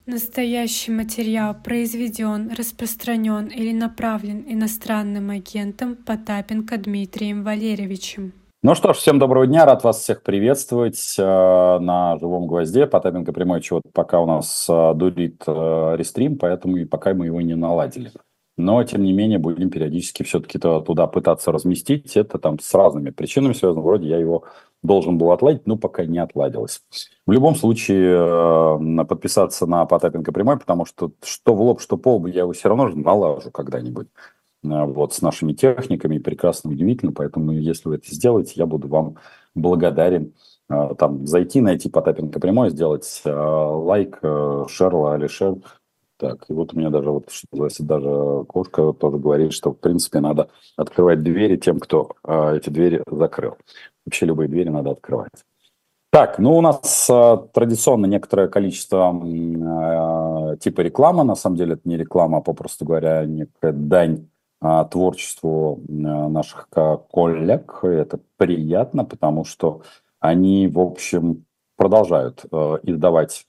Настоящий материал произведен, распространен или направлен иностранным агентом Потапенко Дмитрием Валерьевичем. Ну что ж, всем доброго дня, рад вас всех приветствовать на «Живом гвозде». Потапенко прямой, чего-то пока у нас дурит рестрим, поэтому и пока мы его не наладили. Но, тем не менее, будем периодически все-таки туда пытаться разместить. Это там с разными причинами связано. Вроде я его должен был отладить, но пока не отладилось. В любом случае, подписаться на Потапенко прямой, потому что в лоб, что по лбу, я его все равно же налажу когда-нибудь. Вот, с нашими техниками, прекрасно, удивительно, поэтому если вы это сделаете, я буду вам благодарен. Там зайти, найти Потапенко прямой, сделать лайк, шер, алишер. Так, и вот у меня даже, вот, что называется, даже кошка тоже говорит, что, в принципе, надо открывать двери тем, кто эти двери закрыл. Вообще любые двери надо открывать. Так, ну у нас традиционно некоторое количество типа рекламы. На самом деле это не реклама, а попросту говоря, некая дань творчеству наших коллег. Это приятно, потому что они, в общем, продолжают издавать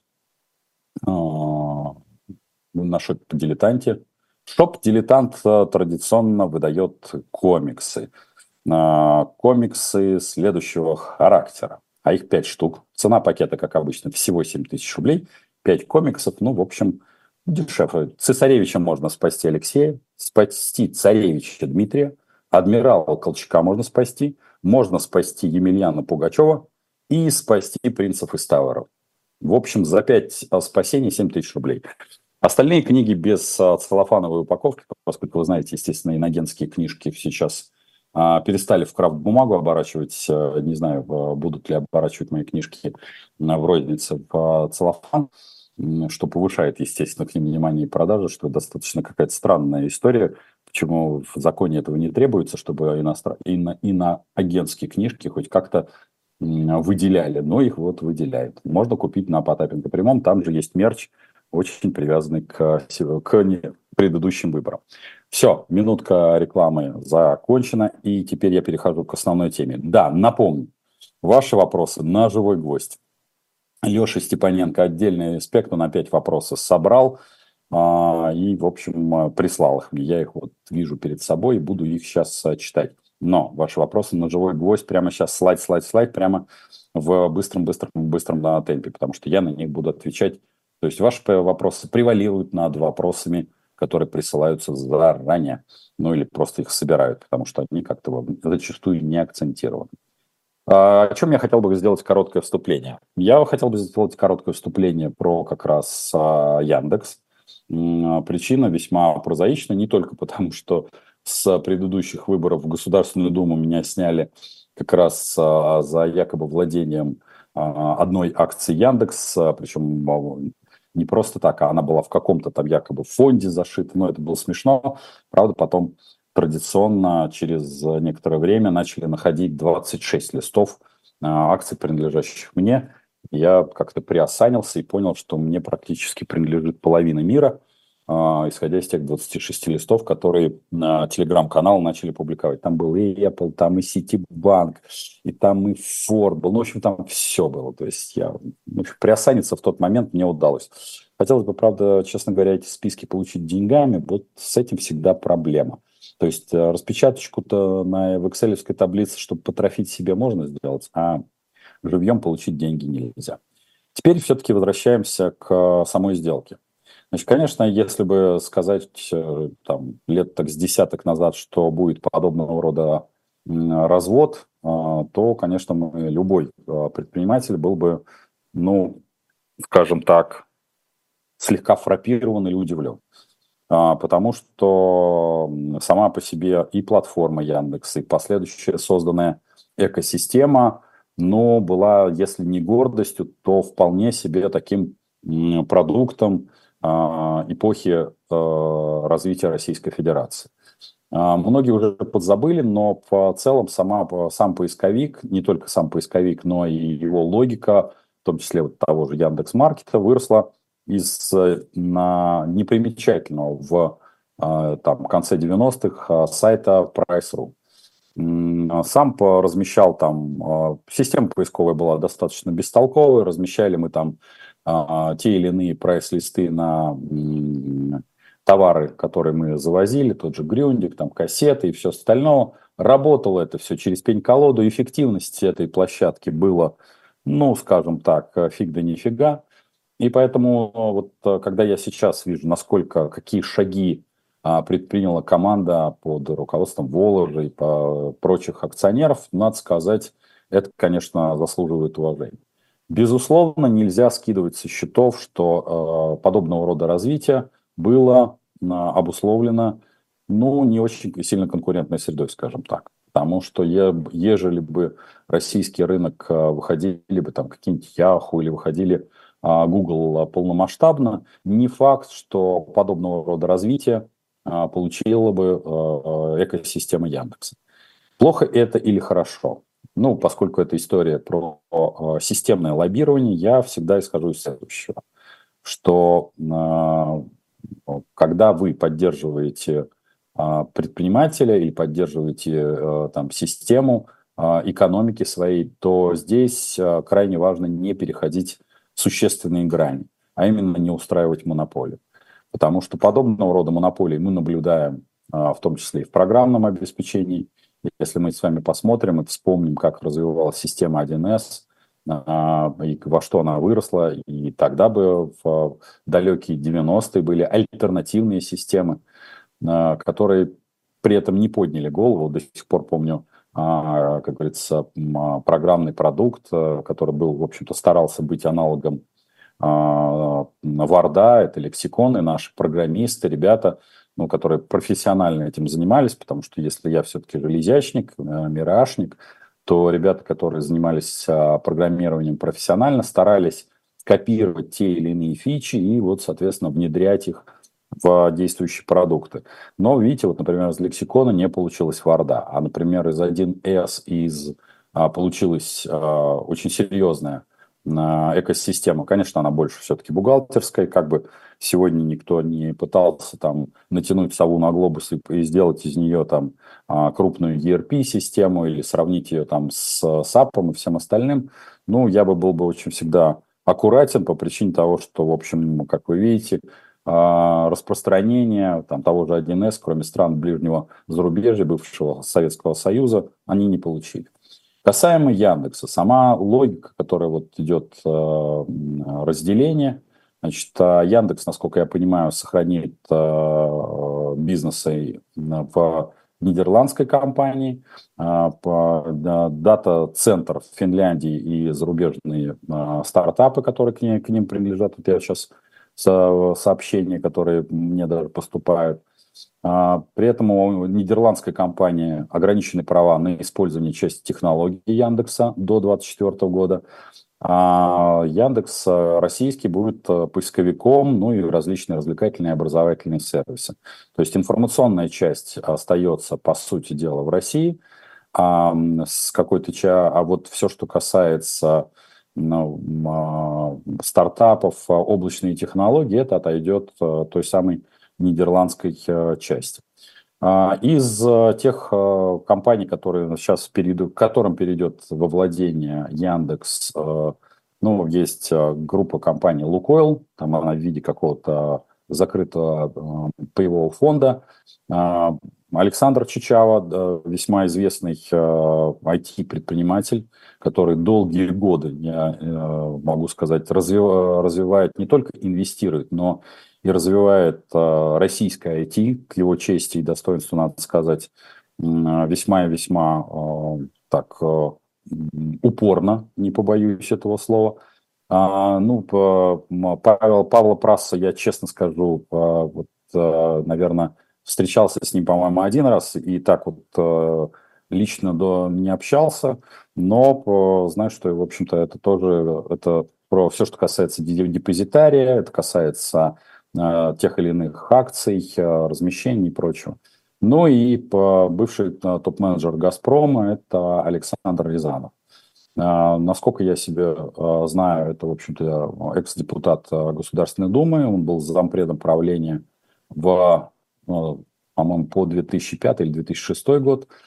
на шоп-дилетанте. Шоп-дилетант традиционно выдает комиксы. Комиксы следующего характера. А их 5 штук. Цена пакета, как обычно, всего 7 тысяч рублей. 5 комиксов, ну, в общем, дешевле. Цесаревича можно спасти Алексея, спасти царевича Дмитрия, адмирала Колчака можно спасти Емельяна Пугачева и спасти принцев из Тавров. В общем, за 5 спасений 7 тысяч рублей. Остальные книги без целлофановой упаковки, поскольку вы знаете, естественно, инагентские книжки сейчас перестали в крафт-бумагу оборачивать. Не знаю, будут ли оборачивать мои книжки в рознице в целлофан, что повышает, естественно, к ним внимание и продажи, что достаточно какая-то странная история, почему в законе этого не требуется, чтобы иноагентские книжки хоть как-то выделяли, но их вот выделяют. Можно купить на Потапенко прямом, там же есть мерч, очень привязанный к предыдущим выборам. Все, минутка рекламы закончена, и теперь я перехожу к основной теме. Да, напомню, ваши вопросы на живой гвоздь. Леша Степаненко отдельный респект, он опять вопросы собрал и, в общем, прислал их мне. Я их вот вижу перед собой и буду их сейчас читать. Но ваши вопросы на живой гвоздь прямо сейчас слайд, прямо в быстром темпе, потому что я на них буду отвечать. То есть ваши вопросы превалируют над вопросами, которые присылаются заранее, ну или просто их собирают, потому что они как-то зачастую не акцентированы. О чем я хотел бы сделать короткое вступление? Я хотел бы сделать короткое вступление про как раз Яндекс. Причина весьма прозаична, не только потому, что с предыдущих выборов в Государственную Думу меня сняли как раз за якобы владением одной акции Яндекс, причем не просто так, а она была в каком-то там якобы фонде зашита, но это было смешно. Правда, потом традиционно через некоторое время начали находить 26 листов акций, принадлежащих мне. Я как-то приосанился и понял, что мне практически принадлежит половина мира, исходя из тех 26 листов, которые на телеграм-канал начали публиковать. Там был и Apple, там и Ситибанк, и там и Ford был. Ну, в общем, там все было. То есть я приосаниться в тот момент мне удалось. Хотелось бы, правда, честно говоря, эти списки получить деньгами. Вот с этим всегда проблема. То есть распечаточку-то в экселевской таблице, чтобы потрофить себе, можно сделать, а живьем получить деньги нельзя. Теперь все-таки возвращаемся к самой сделке. Значит, конечно, если бы сказать там, лет так с десяток назад, что будет подобного рода развод, то, конечно, любой предприниматель был бы, ну, скажем так, слегка фраппирован или удивлен. Потому что сама по себе и платформа Яндекс, и последующая созданная экосистема, но была, если не гордостью, то вполне себе таким продуктом эпохи развития Российской Федерации. Многие уже подзабыли, но в целом сам поисковик, не только сам поисковик, но и его логика, в том числе вот того же Яндекс.Маркета, выросла из непримечательного в конце 90-х сайта Price.ru. Сам размещал там, система поисковая была достаточно бестолковая, размещали мы там те или иные прайс-листы на товары, которые мы завозили, тот же Грюндик, там кассеты и все остальное. Работало это все через пень-колоду. Эффективности этой площадки было, ну, скажем так, фиг да нифига. И поэтому когда я сейчас вижу, какие шаги предприняла команда под руководством Воложа и прочих акционеров, надо сказать, это, конечно, заслуживает уважения. Безусловно, нельзя скидывать со счетов, что подобного рода развитие было обусловлено, ну, не очень сильно конкурентной средой, скажем так. Потому что ежели бы российский рынок выходили бы там какие-нибудь Yahoo или выходили Google полномасштабно, не факт, что подобного рода развитие получила бы экосистема Яндекса. Плохо это или хорошо? Ну, поскольку это история про системное лоббирование, я всегда исхожу из следующего, что когда вы поддерживаете предпринимателя или поддерживаете там систему экономики своей, то здесь крайне важно не переходить существенные грани, а именно не устраивать монополию. Потому что подобного рода монополии мы наблюдаем в том числе и в программном обеспечении. Если мы с вами посмотрим и вспомним, как развивалась система 1С, и во что она выросла, и тогда бы в далекие 90-е были альтернативные системы, которые при этом не подняли голову. До сих пор помню, как говорится, программный продукт, который был, в общем-то, старался быть аналогом Варда, это лексиконы, наши программисты, ребята, ну, которые профессионально этим занимались, потому что если я все-таки железячник, мирашник, то ребята, которые занимались программированием профессионально, старались копировать те или иные фичи и вот, соответственно, внедрять их в действующие продукты. Но, видите, вот, например, из лексикона не получилось Варда, а, например, из 1С получилась очень серьезная экосистема. Конечно, она больше все-таки бухгалтерская, как бы сегодня никто не пытался там натянуть сову на глобус и сделать из нее там крупную ERP-систему или сравнить ее там с SAP и всем остальным. Ну, я был бы очень всегда аккуратен по причине того, что, в общем, как вы видите, распространение там, того же 1С, кроме стран ближнего зарубежья, бывшего Советского Союза, они не получили. Касаемо Яндекса, сама логика, которая вот идет разделение, значит, Яндекс, насколько я понимаю, сохранит бизнесы в нидерландской компании, дата-центр в Финляндии и зарубежные стартапы, которые к ним принадлежат. Вот я сейчас сообщения, которые мне даже поступают. При этом у нидерландской компании ограничены права на использование части технологий Яндекса до 2024 года. А Яндекс российский будет поисковиком, ну и различные развлекательные и образовательные сервисы. То есть информационная часть остается, по сути дела, в России, а вот все, что касается стартапов, облачные технологии, это отойдет той самой нидерландской части. Из тех компаний, которые сейчас которым перейдет во владение Яндекс, ну, есть группа компаний Лукойл, там она в виде какого-то закрытого паевого фонда. Александр Чичава, весьма известный IT-предприниматель, который долгие годы, я могу сказать, развивает, не только инвестирует, но и развивает российское IT, к его чести и достоинству, надо сказать, весьма и весьма так упорно, не побоюсь этого слова. Павла Прасса, я честно скажу, наверное, встречался с ним, по-моему, один раз, и так вот лично не общался, но знаю, что, в общем-то, это тоже про все, что касается депозитария, это касается тех или иных акций, размещений и прочего. Ну и бывший топ-менеджер «Газпрома» – это Александр Рязанов. Насколько я себе знаю, это, в общем-то, экс-депутат Государственной Думы, он был зампредом правления по-моему, по 2005 или 2006 год.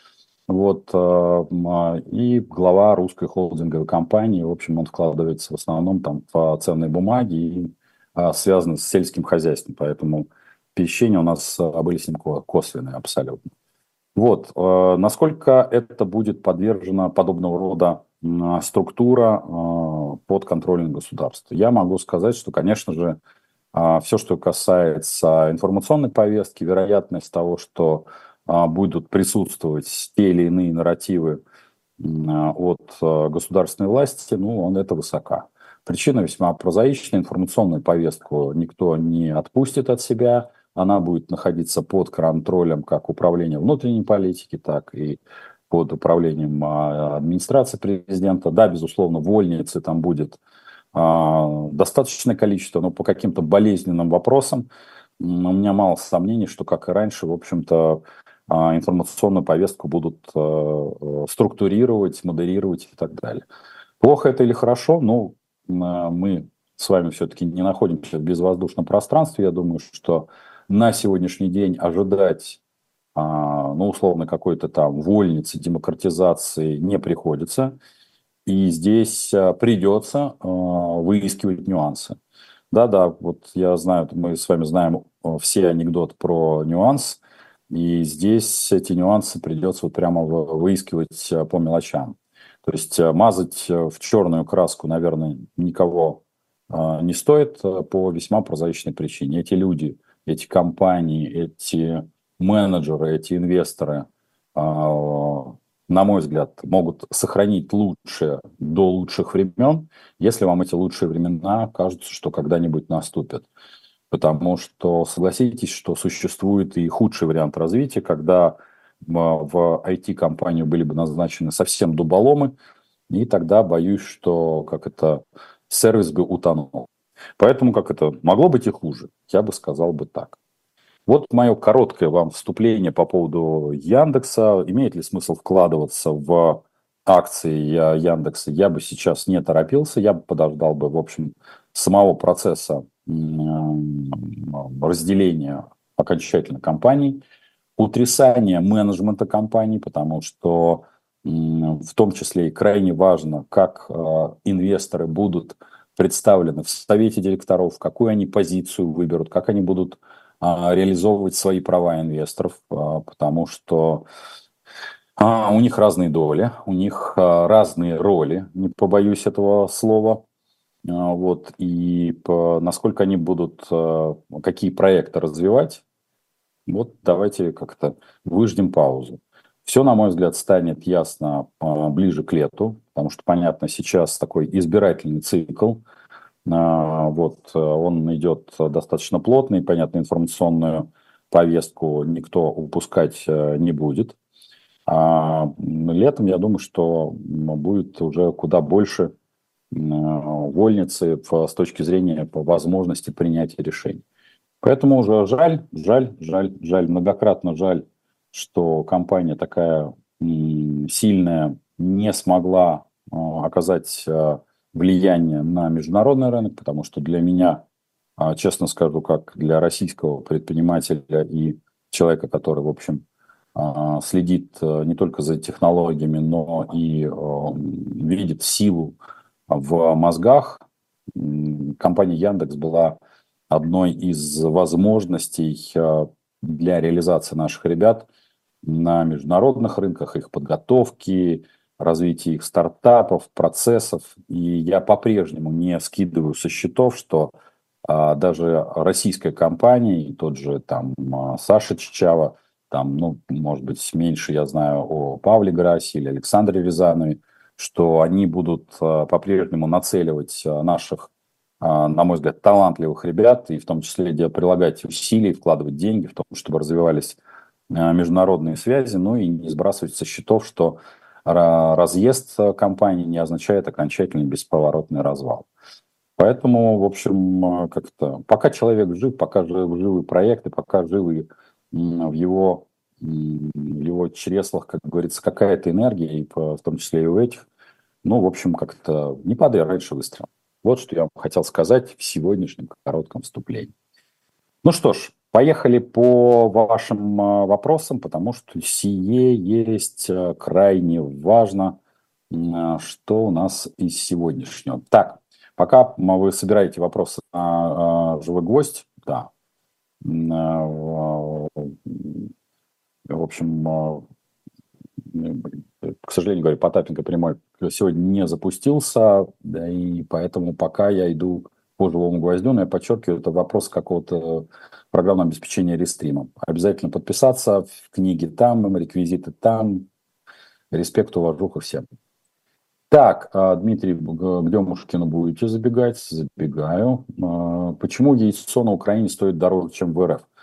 Вот, и глава русской холдинговой компании, в общем, он вкладывается в основном там в ценные бумаги и связан с сельским хозяйством, поэтому пересечения у нас были с ним косвенные абсолютно. Вот, насколько это будет подвержено подобного рода структура под контролем государства? Я могу сказать, что, конечно же, все, что касается информационной повестки, вероятность того, что будут присутствовать те или иные нарративы от государственной власти, ну, это высока. Причина весьма прозаичная. Информационную повестку никто не отпустит от себя. Она будет находиться под контролем как управления внутренней политики, так и под управлением администрации президента. Да, безусловно, вольницы там будет достаточное количество, но по каким-то болезненным вопросам у меня мало сомнений, что, как и раньше, в общем-то, информационную повестку будут структурировать, модерировать и так далее. Плохо это или хорошо? Ну, мы с вами все-таки не находимся в безвоздушном пространстве. Я думаю, что на сегодняшний день ожидать, ну, условно, какой-то там вольницы, демократизации не приходится. И здесь придется выискивать нюансы. Да-да, вот я знаю, мы с вами знаем все анекдоты про нюанс, и здесь эти нюансы придется вот прямо выискивать по мелочам. То есть мазать в черную краску, наверное, никого не стоит по весьма прозаичной причине. Эти люди, эти компании, эти менеджеры, эти инвесторы, на мой взгляд, могут сохранить лучшее до лучших времен, если вам эти лучшие времена кажутся, что когда-нибудь наступят. Потому что согласитесь, что существует и худший вариант развития, когда в IT-компанию были бы назначены совсем дуболомы, и тогда боюсь, что сервис бы утонул. Поэтому могло быть и хуже, я бы сказал бы так. Вот мое короткое вам вступление по поводу Яндекса. Имеет ли смысл вкладываться в акции Яндекса? Я бы сейчас не торопился, я бы подождал бы, в общем, самого процесса разделения окончательно компаний, утрясания менеджмента компаний, потому что в том числе и крайне важно, как инвесторы будут представлены в совете директоров, какую они позицию выберут, как они будут реализовывать свои права инвесторов, потому что у них разные доли, у них разные роли, не побоюсь этого слова. Вот, и насколько они будут, какие проекты развивать, вот давайте выждем паузу. Все, на мой взгляд, станет ясно ближе к лету, потому что, понятно, сейчас такой избирательный цикл. Вот, он идет достаточно плотно, и, понятно, информационную повестку никто упускать не будет. Летом, я думаю, что будет уже куда больше вольницы с точки зрения по возможности принятия решений. Поэтому уже жаль, многократно жаль, что компания такая сильная не смогла оказать влияние на международный рынок, потому что для меня, честно скажу, как для российского предпринимателя и человека, который, в общем, следит не только за технологиями, но и видит силу в мозгах, компания Яндекс была одной из возможностей для реализации наших ребят на международных рынках, их подготовки, развития их стартапов, процессов. И я по-прежнему не скидываю со счетов, что даже российская компания, и тот же там Саша Чичава, там, ну, может быть, меньше я знаю о Павле Грасе или Александре Рязанове, что они будут по-прежнему нацеливать наших, на мой взгляд, талантливых ребят, и в том числе прилагать усилия, вкладывать деньги в то, чтобы развивались международные связи, ну и не сбрасывать со счетов, что разъезд компании не означает окончательный бесповоротный развал. Поэтому, в общем, пока человек жив, пока живы проекты, пока живы в его чреслах, как говорится, какая-то энергия, и в том числе и у этих, ну, в общем, не падай раньше выстрела. Вот что я вам хотел сказать в сегодняшнем коротком вступлении. Ну что ж, Поехали по вашим вопросам, потому что сие есть крайне важно, что у нас из сегодняшнего. Так, пока вы собираете вопросы на живой гвоздь, да. В общем, к сожалению, говорю, Потапенко прямой сегодня не запустился, да, и поэтому пока я иду по живому гвоздю, но я подчеркиваю, это вопрос какого-то программного обеспечения рестрима. Обязательно подписаться, в книге там, реквизиты там, респект, уважуха всем. Так, Дмитрий, где Мушкину будете забегать? Забегаю. Почему яйцо на Украине стоит дороже, чем в РФ?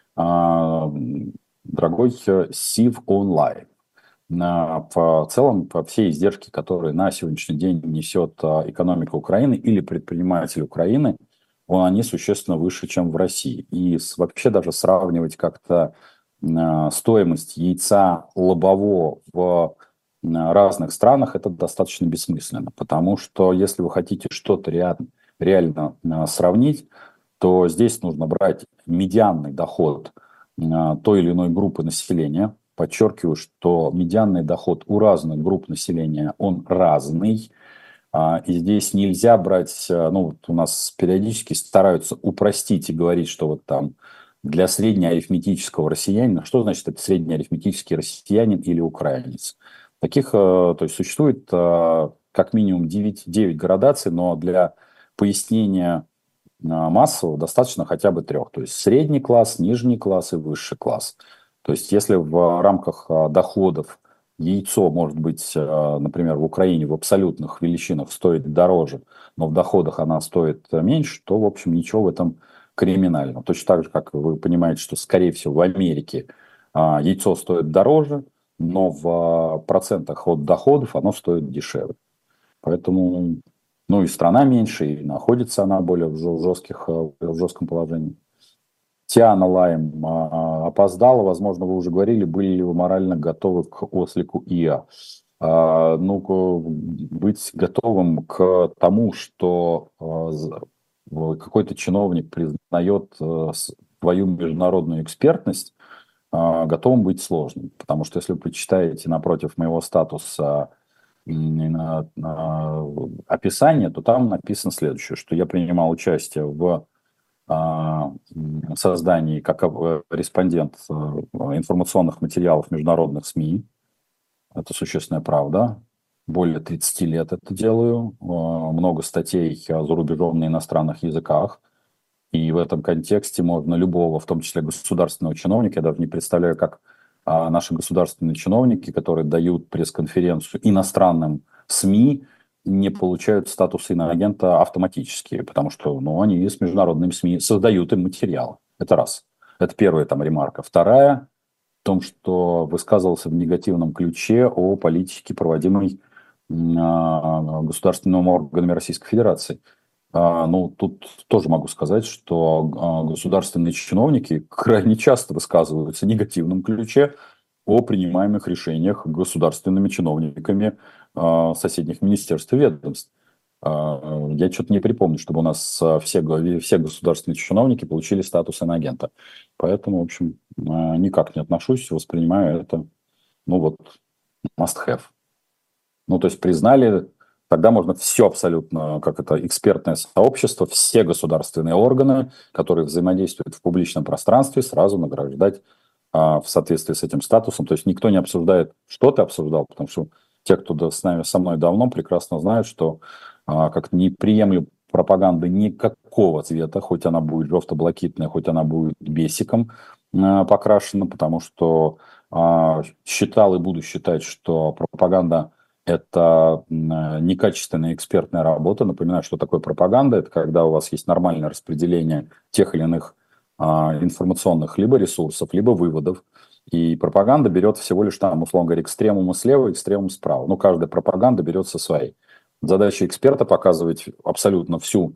Дорогой Сив онлайн. В целом, все издержки, которые на сегодняшний день несет экономика Украины или предприниматели Украины, они существенно выше, чем в России. И вообще даже сравнивать как-то стоимость яйца лобового в разных странах, это достаточно бессмысленно. Потому что если вы хотите что-то реально сравнить, то здесь нужно брать медианный доход той или иной группы населения. Подчеркиваю, что медианный доход у разных групп населения, он разный. И здесь нельзя брать, вот у нас периодически стараются упростить и говорить, что вот там для среднеарифметического россиянина, что значит это среднеарифметический россиянин или украинец? Таких, то есть существует как минимум 9 градаций, но для пояснения массово достаточно хотя бы 3. То есть средний класс, нижний класс и высший класс. То есть если в рамках доходов яйцо, может быть, например, в Украине в абсолютных величинах стоит дороже, но в доходах она стоит меньше, то, в общем, ничего в этом криминального. Точно так же, как вы понимаете, что, скорее всего, в Америке яйцо стоит дороже, но в процентах от доходов оно стоит дешевле. Поэтому, и страна меньше, и находится она более в жестком положении. Тиана Лайм опоздала, возможно, вы уже говорили, были ли вы морально готовы к ослику ИА? Быть готовым к тому, что какой-то чиновник признает свою международную экспертность, готовым быть сложно. Потому что если вы почитаете напротив моего статуса описание, то там написано следующее, что я принимал участие в создании как респондент информационных материалов международных СМИ. Это существенная правда. Более 30 лет это делаю. Много статей за рубежом на иностранных языках. И в этом контексте можно любого, в том числе государственного чиновника, я даже не представляю, как наши государственные чиновники, которые дают пресс-конференцию иностранным СМИ, не получают статус иноагента автоматически, потому что они с международными СМИ создают им материалы. Это раз. Это первая ремарка. Вторая в том, что высказывался в негативном ключе о политике, проводимой государственными органами Российской Федерации. Тут тоже могу сказать, что государственные чиновники крайне часто высказываются в негативном ключе о принимаемых решениях государственными чиновниками соседних министерств и ведомств. Я что-то не припомню, чтобы у нас все государственные чиновники получили статус иноагента. Поэтому, в общем, никак не отношусь, воспринимаю это, must have. То есть признали, тогда можно все абсолютно, экспертное сообщество, все государственные органы, которые взаимодействуют в публичном пространстве, сразу награждать в соответствии с этим статусом. То есть никто не обсуждает, что ты обсуждал, потому что те, кто со мной давно, прекрасно знают, что не приемлю пропаганды никакого цвета, хоть она будет желто-блакитная, хоть она будет бесиком покрашена, потому что считал и буду считать, что пропаганда – это некачественная экспертная работа. Напоминаю, что такое пропаганда. Это когда у вас есть нормальное распределение тех или иных информационных либо ресурсов, либо выводов. И пропаганда берет всего лишь условно говоря, экстремумы слева, экстремум справа. Каждая пропаганда берет со своей. Задача эксперта показывать абсолютно всю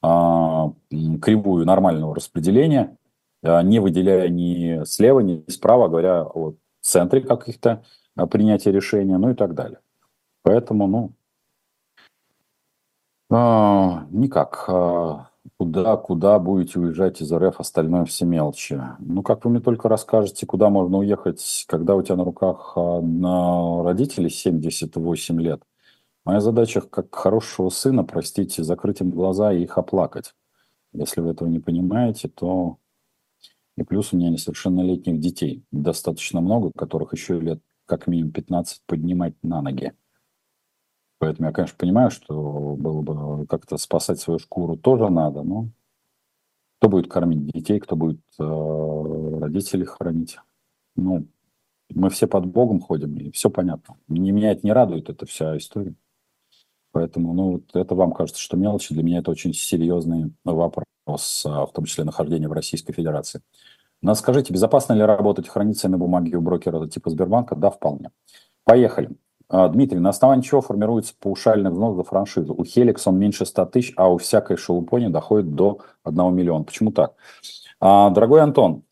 кривую нормального распределения, не выделяя ни слева, ни справа, говоря о центре каких-то принятия решения, и так далее. Поэтому, никак. Куда будете уезжать из РФ, остальное все мелочи. Ну, как вы мне только расскажете, куда можно уехать, когда у тебя на руках на родителей 78 лет. Моя задача, как хорошего сына, простите, закрыть им глаза и их оплакать. Если вы этого не понимаете, то... И плюс у меня несовершеннолетних детей достаточно много, которых еще лет как минимум 15 поднимать на ноги. Поэтому я, конечно, понимаю, что было бы как-то спасать свою шкуру тоже надо, но кто будет кормить детей, кто будет родителей хоронить? Ну, мы все под Богом ходим, и все понятно. Меня это не радует, эта вся история. Поэтому, ну, вот это вам кажется, что мелочи. Для меня это очень серьезный вопрос, в том числе нахождения в Российской Федерации. Но скажите, безопасно ли работать, хранить ценные бумаги у брокера типа Сбербанка? Да, вполне. Поехали. Дмитрий, на основании чего формируется паушальный взнос за франшизу? У Helix он меньше 100 тысяч, а у всякой шелупони доходит до 1 миллиона. Почему так? Дорогой Антон,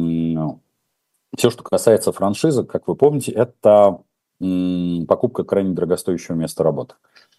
все, что касается франшизы, как вы помните, это покупка крайне дорогостоящего места работы.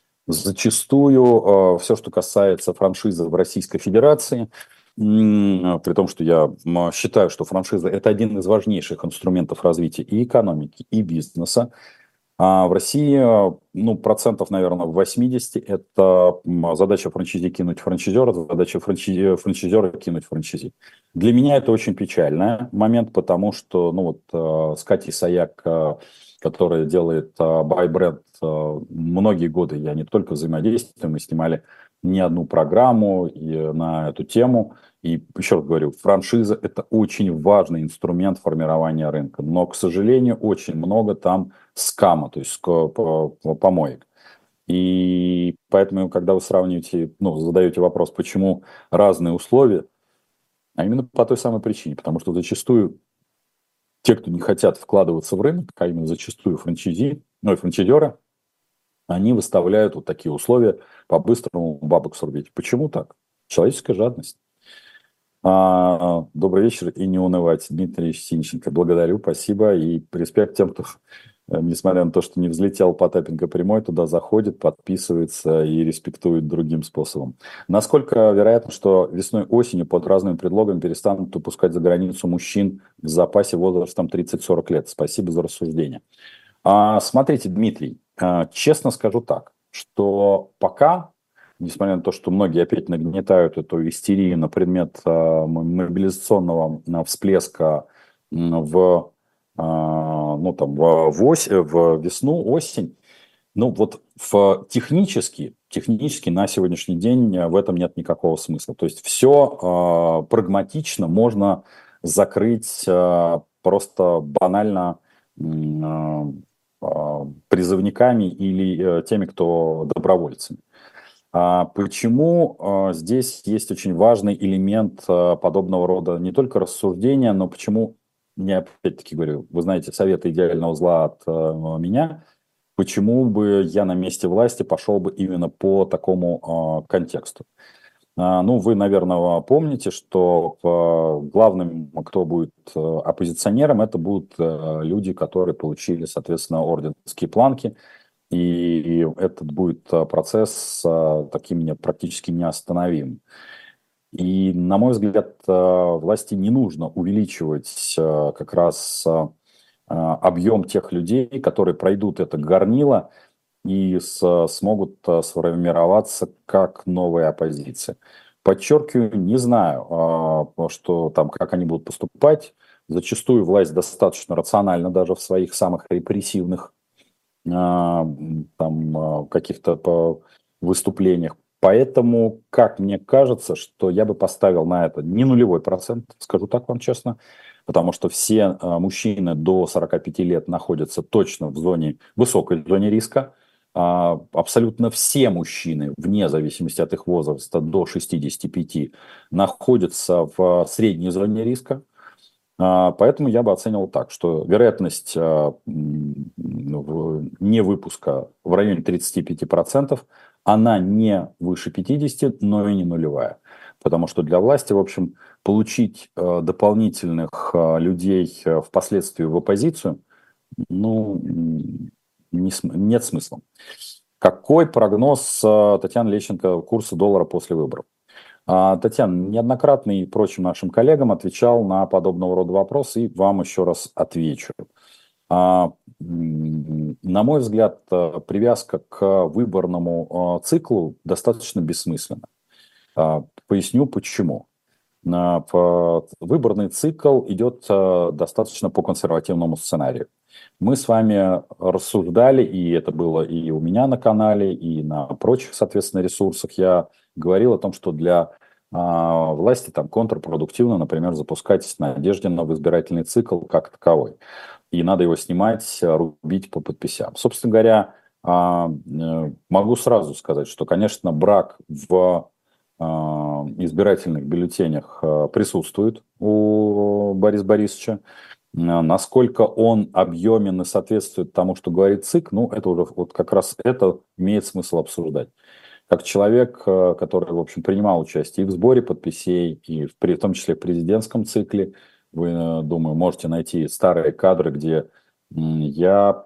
Зачастую все, что касается франшизы в Российской Федерации, при том, что я считаю, что франшиза – это один из важнейших инструментов развития и экономики, и бизнеса. А в России, ну, процентов, наверное, 80 – это задача франчайзи кинуть франчайзера, задача франчайзера кинуть франчайзи. Для меня это очень печальный момент, потому что, ну, вот с Катей Саяк, которая делает Buy Brand, многие годы я не только взаимодействую, мы снимали не одну программу на эту тему. И еще раз говорю, франшиза – это очень важный инструмент формирования рынка. Но, к сожалению, очень много там скама, то есть помоек. И поэтому, когда вы сравниваете, ну, задаете вопрос, почему разные условия, а именно по той самой причине, потому что зачастую те, кто не хотят вкладываться в рынок, а именно зачастую франчайзеры, они выставляют вот такие условия по-быстрому бабок срубить. Почему так? Человеческая жадность. Добрый вечер и не унывать. Дмитрий Синченко. Благодарю, спасибо. И респект тем, кто, несмотря на то, что не взлетел Потапенко прямой, туда заходит, подписывается и респектует другим способом. Насколько вероятно, что весной-осенью под разными предлогами перестанут выпускать за границу мужчин в запасе возрастом 30-40 лет? Спасибо за рассуждение. Смотрите, Дмитрий, честно скажу так, что пока, несмотря на то, что многие опять нагнетают эту истерию на предмет мобилизационного всплеска в весну, осень, ну вот технически на сегодняшний день в этом нет никакого смысла. То есть все прагматично можно закрыть просто банально призывниками или теми, кто добровольцами. Почему здесь есть очень важный элемент подобного рода не только рассуждения, но почему, я опять-таки говорю, вы знаете, советы идеального зла от меня, почему бы я на месте власти пошел бы именно по такому контексту. Ну, вы, наверное, помните, что главным, кто будет оппозиционером, это будут люди, которые получили, соответственно, орденские планки. И этот будет процесс таким практически неостановимым. И, на мой взгляд, власти не нужно увеличивать как раз объем тех людей, которые пройдут это горнило и смогут сформироваться как новая оппозиция. Подчеркиваю, не знаю, что там, как они будут поступать. Зачастую власть достаточно рациональна даже в своих самых репрессивных каких-то выступлениях. Поэтому, как мне кажется, что я бы поставил на это не нулевой процент, скажу так вам честно, потому что все мужчины до 45 лет находятся точно в высокой зоне риска. Абсолютно все мужчины, вне зависимости от их возраста, до 65, находятся в средней зоне риска. Поэтому я бы оценивал так, что вероятность невыпуска в районе 35%, она не выше 50, но и не нулевая. Потому что для власти, в общем, получить дополнительных людей впоследствии в оппозицию, ну, нет смысла. Какой прогноз Татьяны Лещенко курса доллара после выборов? Татьяна, неоднократно и прочим нашим коллегам отвечал на подобного рода вопросы, и вам еще раз отвечу. На мой взгляд, привязка к выборному циклу достаточно бессмысленна. Поясню почему. Выборный цикл идет достаточно по консервативному сценарию. Мы с вами рассуждали, и это было и у меня на канале, и на прочих, соответственно, ресурсах. Я говорил о том, что для власти там контрпродуктивно, например, запускать с надеждой на избирательный цикл как таковой. И надо его снимать, рубить по подписям. Собственно говоря, могу сразу сказать, что, конечно, брак в избирательных бюллетенях присутствует у Бориса Борисовича. Насколько он объемен и соответствует тому, что говорит ЦИК, ну, это уже вот как раз это имеет смысл обсуждать. Как человек, который, в общем, принимал участие и в сборе подписей, и в том числе в президентском цикле, вы, думаю, можете найти старые кадры, где я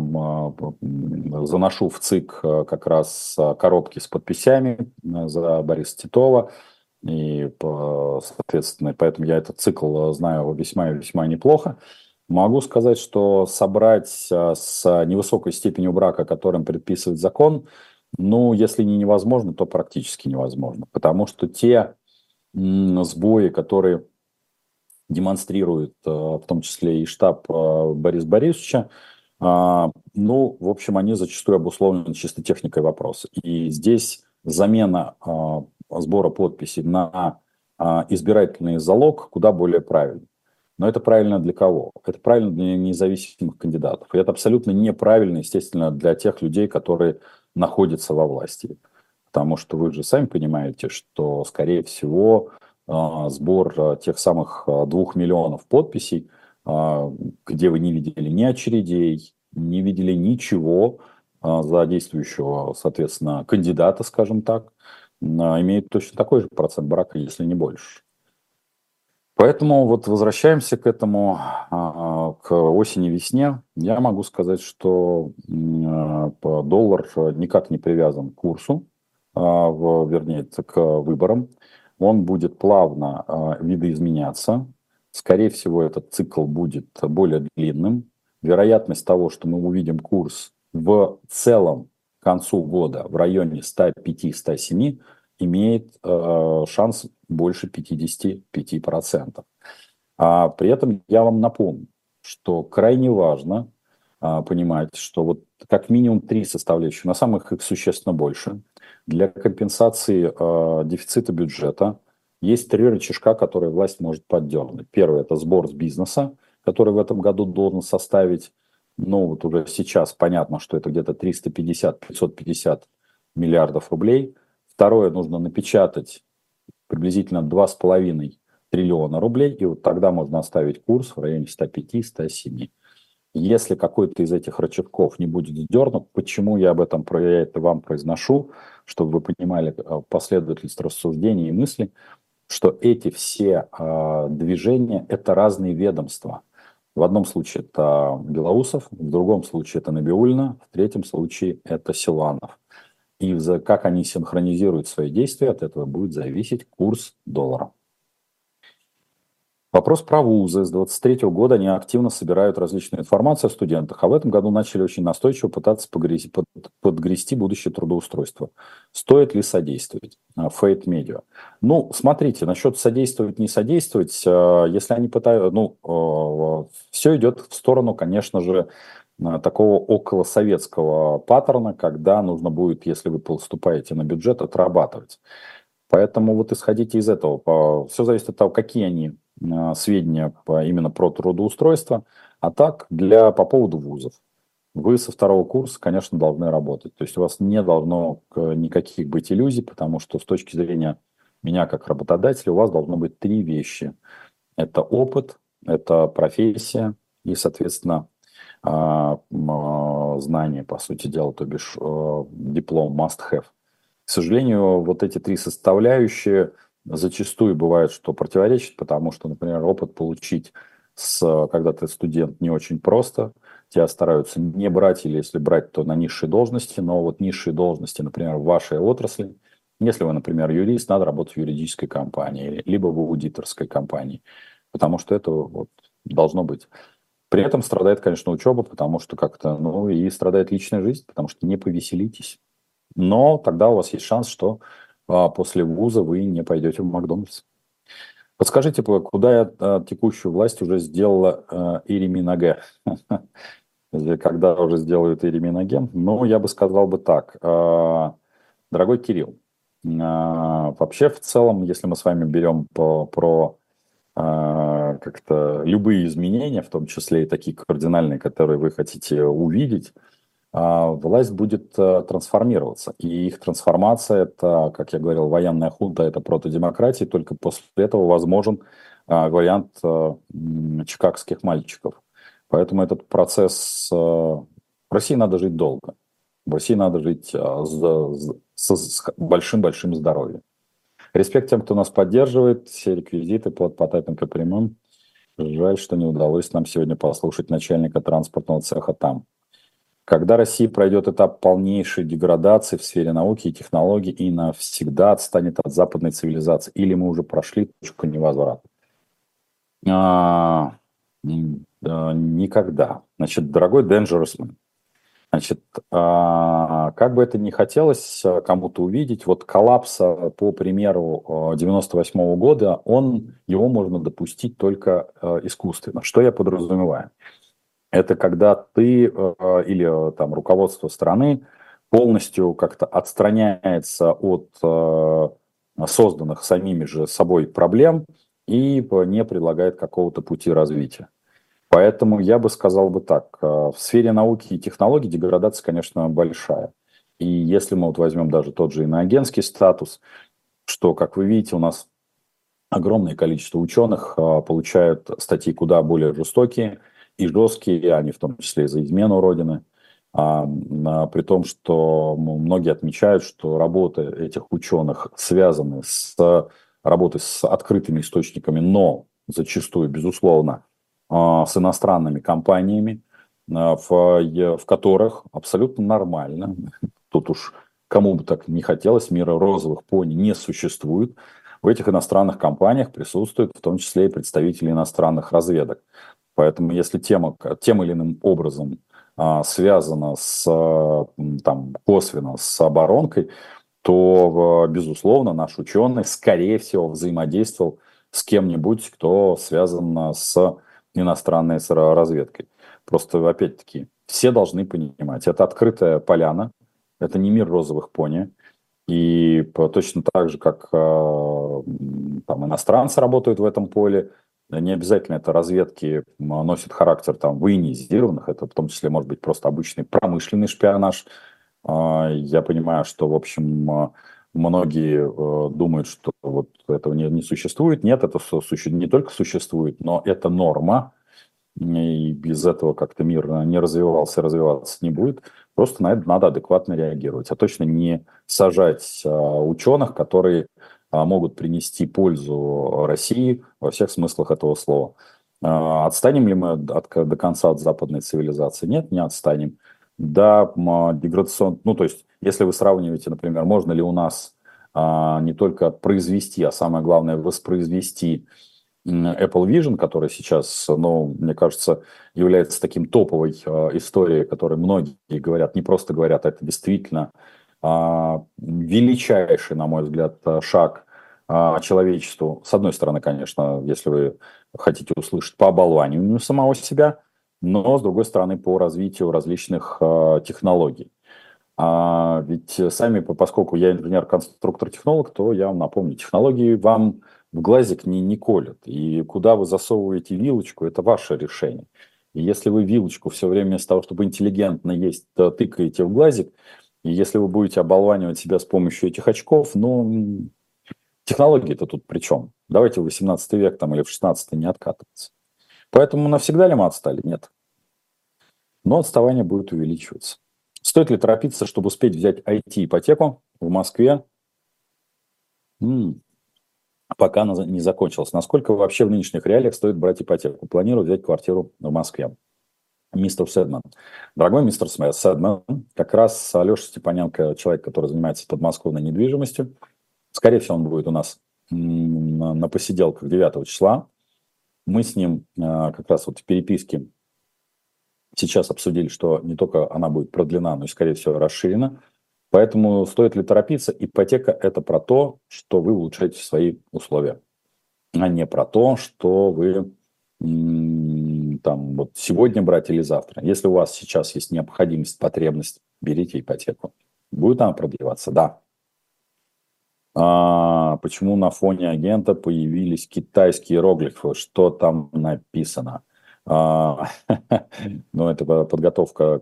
заношу в ЦИК как раз коробки с подписями за Бориса Титова. И, соответственно, поэтому я этот цикл знаю весьма и весьма неплохо. Могу сказать, что собрать с невысокой степенью брака, которым предписывает закон, ну, если не невозможно, то практически невозможно. Потому что те сбои, которые демонстрирует в том числе и штаб Бориса Борисовича, ну, в общем, они зачастую обусловлены чисто техникой вопроса. И здесь замена сбора подписей на избирательный залог куда более правильна. Но это правильно для кого? Это правильно для независимых кандидатов. И это абсолютно неправильно, естественно, для тех людей, которые находятся во власти. Потому что вы же сами понимаете, что, скорее всего, сбор тех самых 2 миллионов подписей, где вы не видели ни очередей, не видели ничего за действующего, соответственно, кандидата, скажем так, имеет точно такой же процент брака, если не больше. Поэтому вот возвращаемся к этому, к осени-весне. Я могу сказать, что доллар никак не привязан к курсу, вернее, к выборам. Он будет плавно видоизменяться. Скорее всего, этот цикл будет более длинным. Вероятность того, что мы увидим курс в целом к концу года в районе 105-107, имеет шанс больше 55%. При этом я вам напомню, что крайне важно понимать, что вот как минимум 3 составляющих, на самых их существенно больше. Для компенсации дефицита бюджета есть 3 рычажка, которые власть может поддернуть. Первый – это сбор с бизнеса, который в этом году должен составить, ну вот уже сейчас понятно, что это где-то 350-550 миллиардов рублей. Второе – нужно напечатать приблизительно 2,5 триллиона рублей, и вот тогда можно оставить курс в районе 105-107. Если какой-то из этих рычагков не будет сдернут, почему я об этом это вам произношу, чтобы вы понимали последовательность рассуждений и мыслей, что эти все движения – это разные ведомства. В одном случае это Белоусов, в другом случае это Набиуллина, в третьем случае это Силуанов. И как они синхронизируют свои действия, от этого будет зависеть курс доллара. Вопрос про вузы. С 2023 года они активно собирают различную информацию о студентах, а в этом году начали очень настойчиво пытаться подгрести будущее трудоустройство. Стоит ли содействовать? Фейт Медиа. Ну, смотрите, насчет содействовать, не содействовать, если они пытаются, ну, все идет в сторону, конечно же, такого околосоветского паттерна, когда нужно будет, если вы поступаете на бюджет, отрабатывать. Поэтому вот исходите из этого. Все зависит от того, какие они сведения именно про трудоустройство. А так, по поводу вузов. Вы со 2-го курса, конечно, должны работать. То есть у вас не должно никаких быть иллюзий, потому что с точки зрения меня как работодателя у вас должно быть 3 вещи. Это опыт, это профессия и, соответственно, знания, по сути дела, то бишь диплом must have. К сожалению, вот эти 3 составляющие зачастую бывает, что противоречат, потому что, например, опыт получить, когда ты студент, не очень просто. Тебя стараются не брать, или если брать, то на низшие должности. Но вот низшие должности, например, в вашей отрасли, Если вы, например, юрист, надо работать в юридической компании, либо в аудиторской компании, потому что это вот должно быть. При этом страдает, конечно, учеба, потому что как-то, ну, и страдает личная жизнь, потому что не повеселитесь. Но тогда у вас есть шанс, что после вуза вы не пойдете в Макдональдс. Подскажите, куда текущую власть уже сделала Ири Миноге? Когда уже сделают Ири Миноге? Ну, я бы сказал бы так. Дорогой Кирилл, вообще в целом, если мы с вами берем про как-то любые изменения, в том числе и такие кардинальные, которые вы хотите увидеть, власть будет трансформироваться. И их трансформация, это, как я говорил, военная хунта, это протодемократия, только после этого возможен вариант чикагских мальчиков. Поэтому этот процесс... В России надо жить долго. В России надо жить с большим-большим здоровьем. Респект тем, кто нас поддерживает. Все реквизиты под Потапенко прямым. Жаль, что не удалось нам сегодня послушать начальника транспортного цеха там. Когда Россия пройдет этап полнейшей деградации в сфере науки и технологий и навсегда отстанет от западной цивилизации, или мы уже прошли точку невозврата? Никогда. Значит, дорогой Dangerous Man, значит, как бы это ни хотелось кому-то увидеть, вот коллапса, по примеру 98 года, его можно допустить только искусственно. Что я подразумеваю? Это когда ты или там руководство страны полностью как-то отстраняется от созданных самими же собой проблем и не предлагает какого-то пути развития. Поэтому я бы сказал бы так, в сфере науки и технологий деградация, конечно, большая. И если мы вот возьмем даже тот же иноагентский статус, что, как вы видите, у нас огромное количество ученых получают статьи куда более жестокие и жесткие, они в том числе и за измену Родины, при том, что многие отмечают, что работы этих ученых связаны с работой с открытыми источниками, но зачастую, безусловно, с иностранными компаниями, в которых абсолютно нормально, тут уж кому бы так не хотелось, мира розовых пони не существует, в этих иностранных компаниях присутствуют в том числе и представители иностранных разведок. Поэтому если тема тем или иным образом связана там, косвенно с оборонкой, то, безусловно, наш ученый, скорее всего, взаимодействовал с кем-нибудь, кто связан с иностранной разведкой. Просто, опять-таки, все должны понимать, это открытая поляна, это не мир розовых пони. И точно так же, как там иностранцы работают в этом поле, не обязательно это разведки носит характер там военизированных, это в том числе может быть просто обычный промышленный шпионаж. Я понимаю, что, в общем, многие думают, что вот этого не существует. Нет, это не только существует, но это норма. И без этого как-то мир не развивался, развиваться не будет. Просто на это надо адекватно реагировать. А точно не сажать ученых, которые могут принести пользу России во всех смыслах этого слова. Отстанем ли мы до конца от западной цивилизации? Нет, не отстанем. Да, деградационно, ну то есть, если вы сравниваете, например, можно ли у нас не только произвести, а самое главное воспроизвести Apple Vision, который сейчас, ну, мне кажется, является таким топовой историей, которой многие говорят, не просто говорят, а это действительно величайший, на мой взгляд, шаг человечеству. С одной стороны, конечно, если вы хотите услышать по оболваниванию самого себя, но с другой стороны, по развитию различных технологий. Ведь сами, поскольку я инженер-конструктор-технолог, то я вам напомню, технологии вам в глазик не колют. И куда вы засовываете вилочку, это ваше решение. И если вы вилочку все время вместо того, чтобы интеллигентно есть, тыкаете в глазик, и если вы будете оболванивать себя с помощью этих очков, ну, технологии-то тут при чем? Давайте в 18 век там, или в 16 не откатываться. Поэтому навсегда ли мы отстали? Нет. Но отставание будет увеличиваться. Стоит ли торопиться, чтобы успеть взять IT-ипотеку в Москве? Пока она не закончилась. Насколько вообще в нынешних реалиях стоит брать ипотеку? Планирую взять квартиру в Москве. Мистер Сэдман. Дорогой мистер Сэдман, как раз Алеша Степаненко, человек, который занимается подмосковной недвижимостью. Скорее всего, он будет у нас на посиделках 9 числа. Мы с ним как раз вот в переписке сейчас обсудили, что не только она будет продлена, но и, скорее всего, расширена. Поэтому стоит ли торопиться? Ипотека – это про то, что вы улучшаете свои условия, а не про то, что вы там вот сегодня брать или завтра. Если у вас сейчас есть необходимость, потребность, берите ипотеку. Будет она продлеваться? Да. Почему на фоне агента появились китайские иероглифы? Что там написано? Ну, это подготовка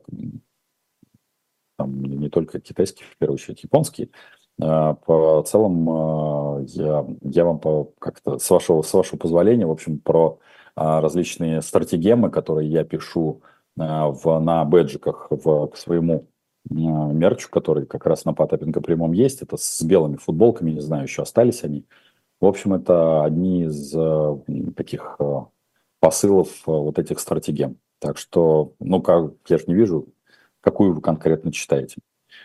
там, не только китайские, в первую очередь японские. По целом, я вам как-то, с вашего позволения, в общем, про различные стратегемы, которые я пишу на бэджиках к своему мерчу, который как раз на Потапенко прямом есть. Это с белыми футболками, не знаю, еще остались они. В общем, это одни из таких посылов вот этих стратегем. Так что, ну, я же не вижу, какую вы конкретно читаете.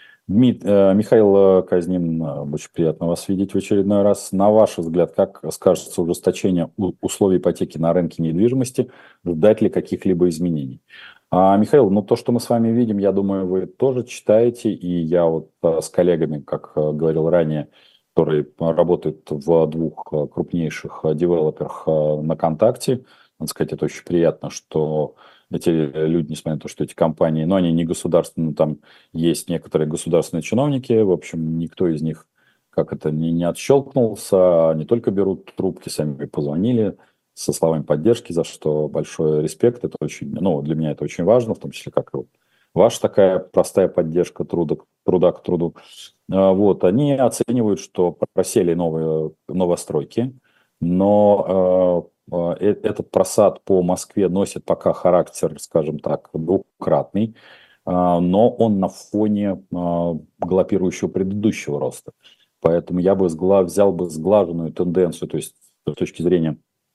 Михаил Казнин, очень приятно вас видеть в очередной раз. На ваш взгляд, как скажется ужесточение условий ипотеки на рынке недвижимости? Ждать ли каких-либо изменений? Михаил, ну то, что мы с вами видим, я думаю, вы тоже читаете. И я вот с коллегами, как говорил ранее, которые работают в двух крупнейших девелоперах на ВКонтакте, надо сказать, это очень приятно, что эти люди, несмотря на то, что эти компании, но они не государственные, там есть некоторые государственные чиновники, в общем, никто из них не отщелкнулся, не только берут трубки, сами позвонили со словами поддержки, за что большой респект. Это очень, ну, для меня это очень важно, в том числе, как и вот ваша такая простая поддержка труда к труду. Вот, они оценивают, что просели новостройки, но этот просад по Москве носит пока характер, скажем так, двукратный, но он на фоне галопирующего предыдущего роста. Поэтому я бы взял бы сглаженную тенденцию, то есть с точки зрения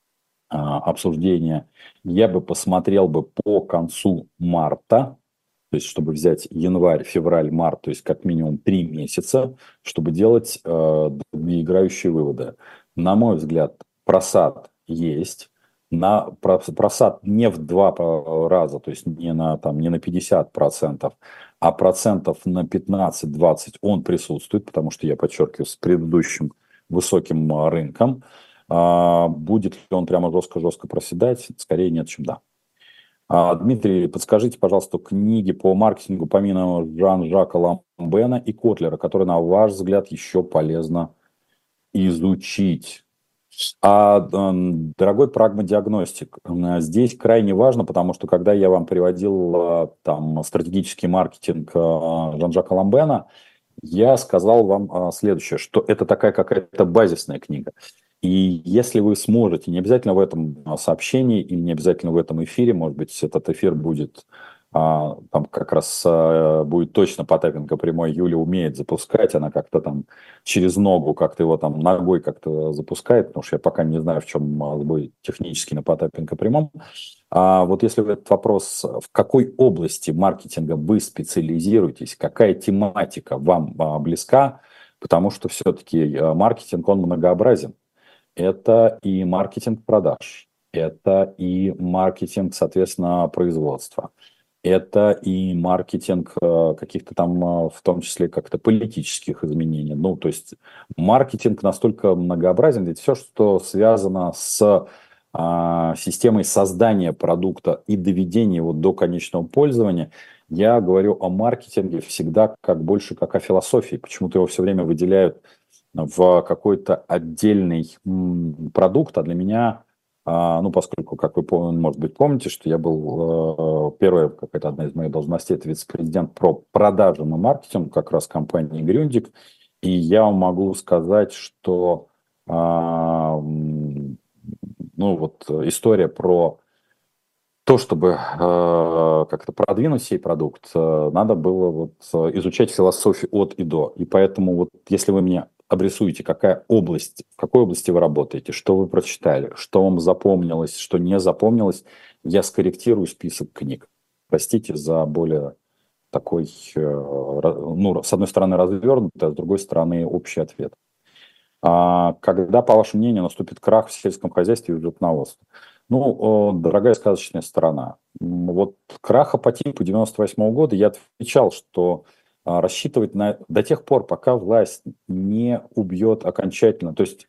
обсуждения, я бы посмотрел бы по концу марта, то есть чтобы взять январь, февраль, март, то есть как минимум 3 месяца, чтобы делать играющие выводы. На мой взгляд, просад есть. Просад не в 2 раза, то есть не на 50%, а процентов на 15-20 он присутствует, потому что, я подчеркиваю, с предыдущим высоким рынком. Будет ли он прямо жестко-жестко проседать? Скорее нет, чем да. Дмитрий, подскажите, пожалуйста, книги по маркетингу помимо Жан-Жака Ламбена и Котлера, которые, на ваш взгляд, еще полезно изучить. Дорогой прагмадиагностик, здесь крайне важно, потому что когда я вам приводил стратегический маркетинг Жан-Жака Ламбена, я сказал вам следующее, что это такая какая-то базисная книга. И если вы сможете, не обязательно в этом сообщении или не обязательно в этом эфире, может быть, этот эфир будет, там как раз будет точно Потапенко прямой, Юля умеет запускать, она как-то там через ногу, как-то его там ногой как-то запускает, потому что я пока не знаю, в чем сбой технически на Потапенко прямом. Вот если вы этот вопрос, в какой области маркетинга вы специализируетесь, какая тематика вам близка, потому что все-таки маркетинг, он многообразен. Это и маркетинг продаж, это и маркетинг, соответственно, производства, это и маркетинг каких-то там, в том числе, как-то политических изменений. Ну, то есть маркетинг настолько многообразен, ведь все, что связано с системой создания продукта и доведения его до конечного пользования, я говорю о маркетинге всегда больше как о философии. Почему-то его все время выделяют в какой-то отдельный продукт, а для меня, ну, поскольку, как вы, может быть, помните, что я был первая, какая-то одна из моих должностей, это вице-президент по продажам и маркетингу как раз компании Грюндик, и я вам могу сказать, что, ну, вот история про то, чтобы как-то продвинуть сей продукт, надо было вот изучать философию от и до, и поэтому вот если вы мне обрисуете, в какой области вы работаете, что вы прочитали, что вам запомнилось, что не запомнилось, я скорректирую список книг. простите за более такой, ну, с одной стороны, развернутый, а с другой стороны, общий ответ. Когда, по вашему мнению, наступит крах в сельском хозяйстве и в животноводстве? Ну, дорогая сказочная страна. Вот краха по типу 98 года я отвечал, что рассчитывать до тех пор, пока власть не убьет окончательно. То есть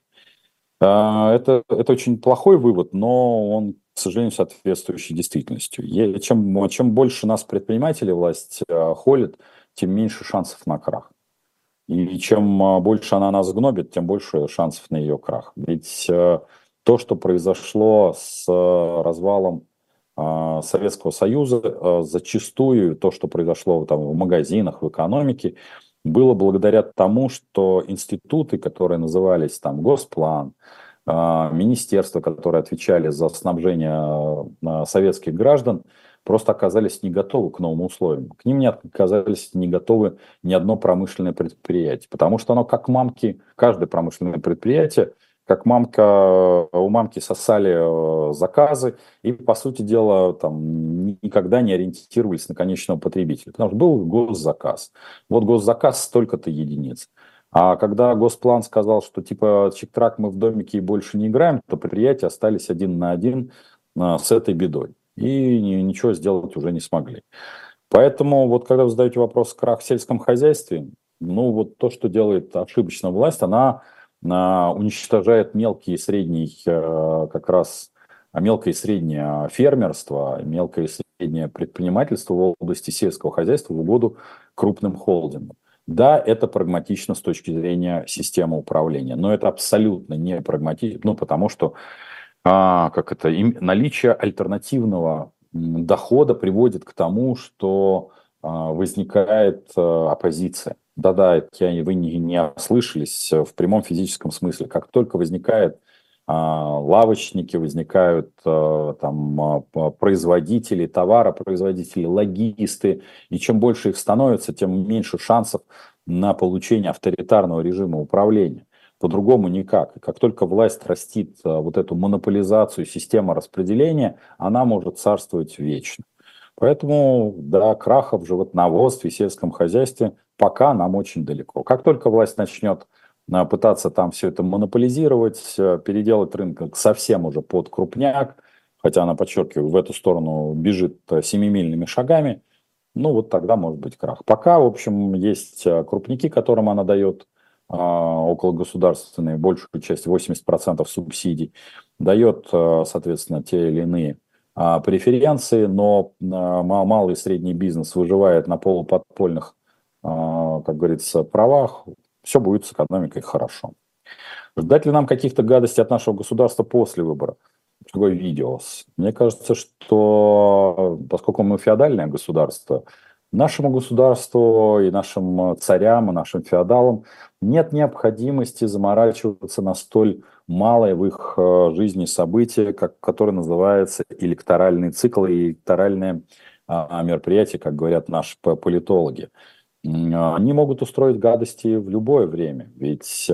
это очень плохой вывод, но он, к сожалению, соответствующий действительности. Чем больше нас предприниматели власть холит, тем меньше шансов на крах. И чем больше она нас гнобит, тем больше шансов на ее крах. Ведь то, что произошло с развалом Советского Союза, зачастую то, что произошло там в магазинах, в экономике, было благодаря тому, что институты, которые назывались там Госплан, министерства, которые отвечали за снабжение советских граждан, просто оказались не готовы к новым условиям. К ним не оказались не готовы ни одно промышленное предприятие, потому что оно как мамки, каждое промышленное предприятие, как мамка, у мамки сосали заказы и, по сути дела, там никогда не ориентировались на конечного потребителя, потому что был госзаказ. Вот госзаказ столько-то единиц. А когда Госплан сказал, что типа чик-трак мы в домике и больше не играем, то предприятия остались один на один с этой бедой. И ничего сделать уже не смогли. Поэтому вот когда вы задаете вопрос крах в сельском хозяйстве, ну вот то, что делает ошибочно власть, она уничтожает мелкие и средние, как раз мелкое и среднее фермерство, мелкое и среднее предпринимательство в области сельского хозяйства в угоду крупным холдингам. Да, это прагматично с точки зрения системы управления, но это абсолютно не прагматично, ну потому что наличие альтернативного дохода приводит к тому, что возникает оппозиция. Да-да, вы не ослышались в прямом физическом смысле. Как только возникает лавочники, возникают производители товара, производители, логисты, и чем больше их становится, тем меньше шансов на получение авторитарного режима управления. По-другому никак. И как только власть растит вот эту монополизацию системы распределения, она может царствовать вечно. Поэтому до краха в животноводстве и сельском хозяйстве пока нам очень далеко. Как только власть начнет пытаться там все это монополизировать, переделать рынок совсем уже под крупняк, хотя она, подчеркиваю, в эту сторону бежит семимильными шагами, ну вот тогда может быть крах. Пока, в общем, есть крупники, которым она дает около государственной, большую часть, 80% субсидий, дает, соответственно, те или иные преференции, но малый и средний бизнес выживает на полуподпольных, как говорится, правах, все будет с экономикой хорошо. Ждать ли нам каких-то гадостей от нашего государства после выбора? Другой видео. Мне кажется, что поскольку мы феодальное государство, нашему государству и нашим царям, и нашим феодалам нет необходимости заморачиваться на столь малое в их жизни событие, которое называется электоральный цикл и электоральное мероприятие, как говорят наши политологи. Они могут устроить гадости в любое время, ведь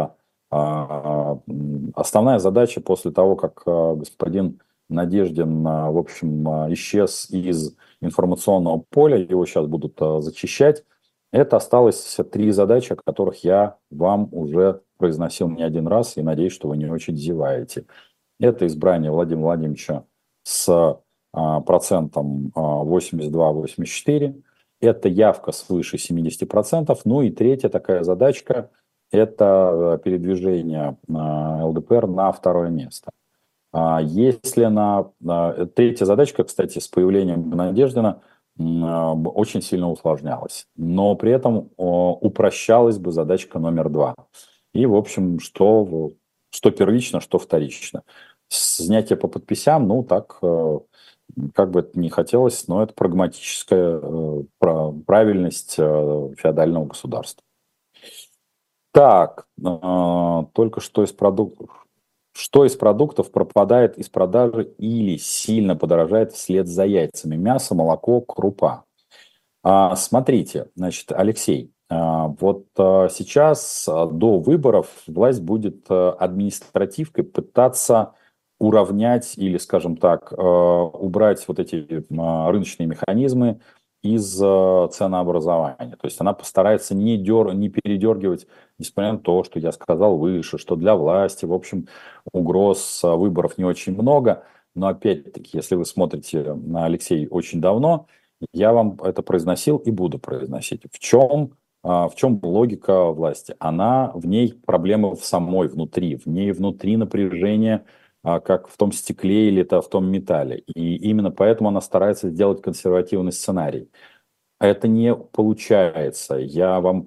основная задача после того, как господин Надеждин, в общем, исчез из информационного поля, его сейчас будут зачищать, это осталось 3 задачи, о которых я вам уже произносил не один раз, и надеюсь, что вы не очень зеваете. Это избрание Владимира Владимировича с процентом 82-84%, это явка свыше 70%, ну и третья такая задачка – это передвижение ЛДПР на второе место. Если третья задачка, кстати, с появлением Надеждина очень сильно усложнялась, но при этом упрощалась бы задачка номер 2. И, в общем, что первично, что вторично. Снятие по подписям, ну так, как бы это ни хотелось, но это прагматическая правильность феодального государства. Так, только что из продуктов. Что из продуктов пропадает из продажи или сильно подорожает вслед за яйцами? Мясо, молоко, крупа. Смотрите, значит, Алексей, вот сейчас до выборов власть будет административкой пытаться уравнять или, скажем так, убрать вот эти рыночные механизмы из ценообразования. То есть она постарается не передергивать, несмотря на то, что я сказал выше, что для власти, в общем, угроз выборов не очень много. Но опять-таки, если вы смотрите на Алексей очень давно, я вам это произносил и буду произносить. В чем логика власти? В ней проблемы в самой, внутри, в ней внутри напряжение, как в том стекле или в том металле. И именно поэтому она старается сделать консервативный сценарий. Это не получается. Я вам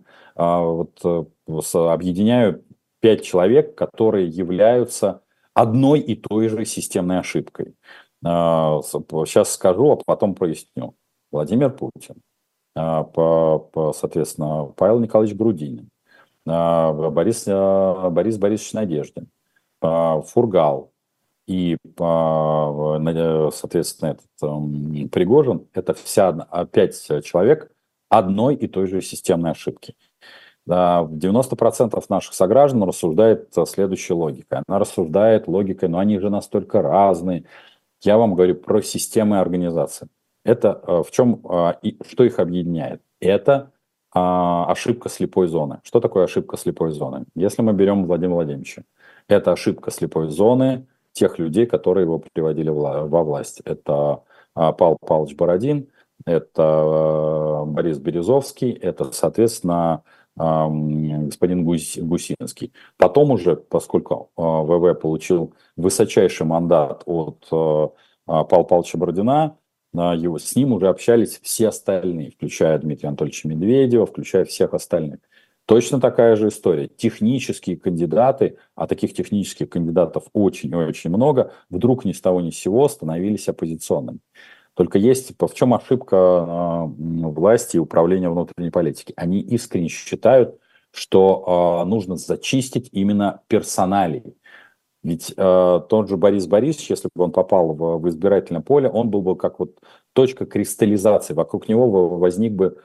объединяю 5 человек, которые являются одной и той же системной ошибкой. Сейчас скажу, а потом проясню. Владимир Путин, соответственно, Павел Николаевич Грудинин, Борис Борисович Надеждин, Фургал и, соответственно, Пригожин. Это 5 человек одной и той же системной ошибки. 90% наших сограждан рассуждает следующей логикой. Она рассуждает логикой, но они же настолько разные. Я вам говорю про системы организации. Это что их объединяет? Это ошибка слепой зоны. Что такое ошибка слепой зоны? Если мы берем Владимира Владимировича, это ошибка слепой зоны тех людей, которые его приводили во власть. Это Павел Павлович Бородин, это Борис Березовский, это, соответственно, господин Гусинский. Потом уже, поскольку ВВ получил высочайший мандат от Павла Павловича Бородина, с ним уже общались все остальные, включая Дмитрия Анатольевича Медведева, включая всех остальных. Точно такая же история. Технические кандидаты, а таких технических кандидатов очень и очень много, вдруг ни с того ни с сего становились оппозиционными. Только в чем ошибка власти и управления внутренней политики? Они искренне считают, что нужно зачистить именно персоналии. Ведь тот же Борис Борисович, если бы он попал в избирательное поле, он был бы как точка кристаллизации. Вокруг него возник бы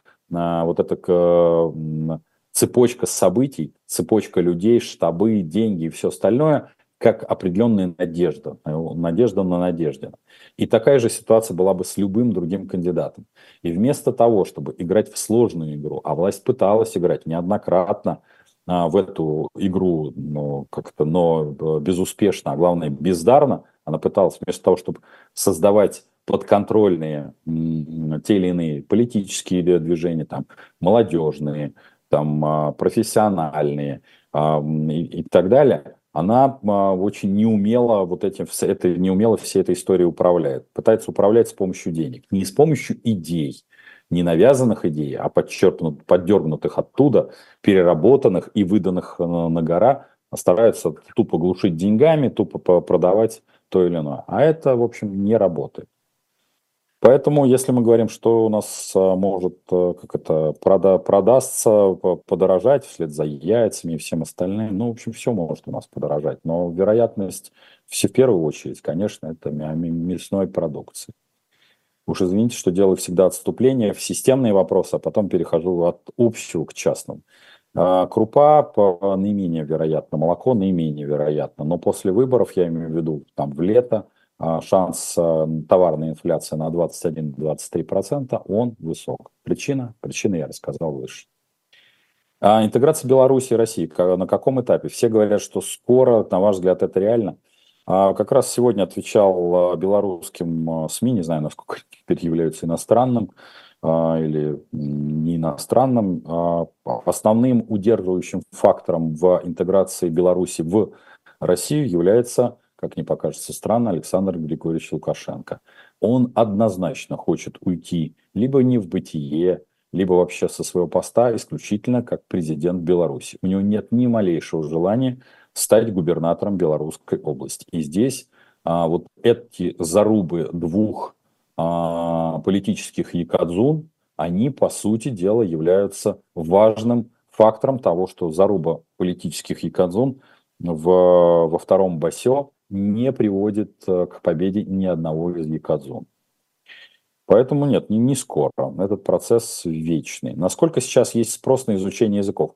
цепочка событий, цепочка людей, штабы, деньги и все остальное, как определенная надежда на Надеждина. И такая же ситуация была бы с любым другим кандидатом. И вместо того, чтобы играть в сложную игру, а власть пыталась играть неоднократно в эту игру, но безуспешно, а главное бездарно, она пыталась вместо того, чтобы создавать подконтрольные те или иные политические движения, молодежные, профессиональные и так далее, она очень неумело всей этой историей управляет. Пытается управлять с помощью денег. Не с помощью идей, не навязанных идей, а поддернутых оттуда, переработанных и выданных на гора, стараются тупо глушить деньгами, тупо продавать то или иное. А это, в общем, не работает. Поэтому, если мы говорим, что у нас может продастся, подорожать вслед за яйцами и всем остальным, в общем, все может у нас подорожать. Но вероятность, в первую очередь, конечно, это мясной продукции. Уж извините, что делаю всегда отступление в системные вопросы, а потом перехожу от общего к частному. Крупа наименее вероятно, молоко наименее вероятно, но после выборов, я имею в виду в лето, шанс товарной инфляции на 21-23%, он высок. Причина я рассказал выше. Интеграция Беларуси и России на каком этапе? Все говорят, что скоро, на ваш взгляд, это реально. Как раз сегодня отвечал белорусским СМИ, не знаю, насколько теперь являются иностранным или не иностранным. Основным удерживающим фактором в интеграции Беларуси в Россию является, как ни покажется странно, Александр Григорьевич Лукашенко. Он однозначно хочет уйти либо не в бытие, либо вообще со своего поста исключительно как президент Беларуси. У него нет ни малейшего желания стать губернатором Белорусской области. И здесь эти зарубы двух политических якадзун, они, по сути дела, являются важным фактором того, что заруба политических якадзун во втором басё не приводит к победе ни одного из якадзун. Поэтому нет, не скоро. Этот процесс вечный. Насколько сейчас есть спрос на изучение языков?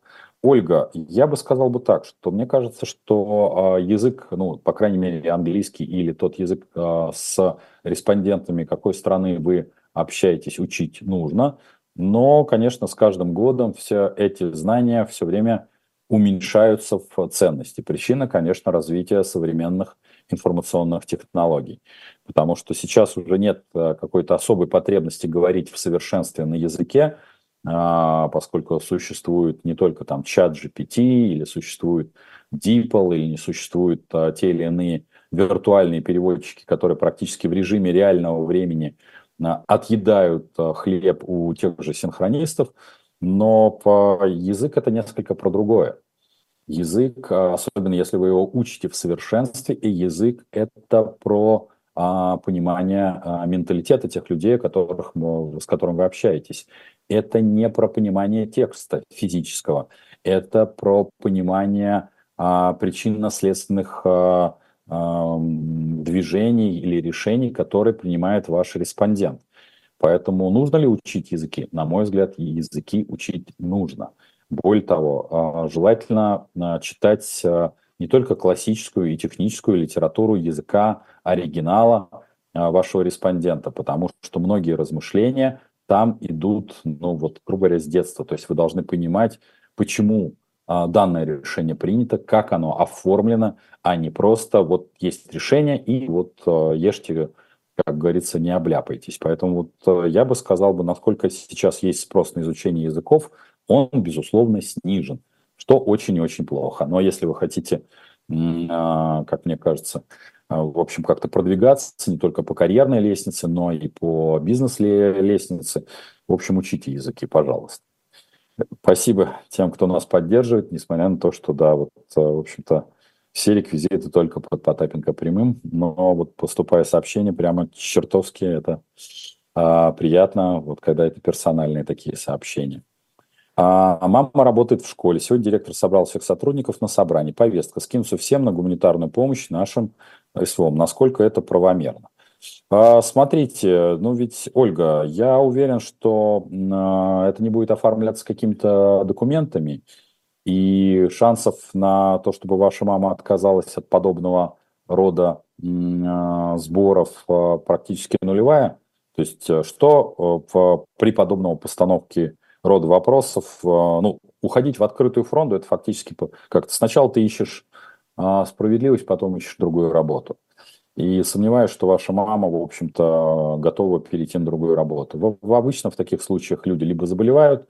Ольга, я бы сказал бы так, что мне кажется, что язык, ну, по крайней мере, английский или тот язык с респондентами, какой страны вы общаетесь, учить нужно. Но, конечно, с каждым годом все эти знания все время уменьшаются в ценности. Причина, конечно, развития современных информационных технологий. Потому что сейчас уже нет какой-то особой потребности говорить в совершенстве на языке, поскольку существует не только там чат GPT, или существует DeepL, или не существуют те или иные виртуальные переводчики, которые практически в режиме реального времени отъедают хлеб у тех же синхронистов, но язык это несколько про другое. Язык, особенно если вы его учите в совершенстве, и язык это про понимание менталитета тех людей, с которыми вы общаетесь. Это не про понимание текста физического, это про понимание причинно-следственных движений или решений, которые принимает ваш респондент. Поэтому нужно ли учить языки? На мой взгляд, языки учить нужно. Более того, желательно читать не только классическую и техническую литературу языка оригинала вашего респондента, потому что многие размышления там идут, ну вот, грубо говоря, с детства. То есть вы должны понимать, почему данное решение принято, как оно оформлено, а не просто вот есть решение и вот ешьте, как говорится, не обляпайтесь. Поэтому вот я бы сказал, насколько сейчас есть спрос на изучение языков, он, безусловно, снижен, что очень и очень плохо. Но если вы хотите, как мне кажется, в общем, как-то продвигаться не только по карьерной лестнице, но и по бизнес-лестнице, в общем, учите языки, пожалуйста. Спасибо тем, кто нас поддерживает, несмотря на то, что, да, вот, в общем-то, все реквизиты только под Потапенко прямым, но вот поступая сообщение, прямо чертовски это приятно, вот когда это персональные такие сообщения. Мама работает в школе. Сегодня директор собрал всех сотрудников на собрание. Повестка: скинуться всем на гуманитарную помощь нашим СВО. Насколько это правомерно? Смотрите, ну ведь, Ольга, я уверен, что это не будет оформляться какими-то документами, и шансов на то, чтобы ваша мама отказалась от подобного рода сборов, практически нулевая. То есть, при подобной постановке рода вопросов, ну, уходить в открытую фронту, это фактически как-то сначала ты ищешь справедливость, потом ищешь другую работу. И сомневаюсь, что ваша мама, в общем-то, готова перейти на другую работу. Обычно в таких случаях люди либо заболевают,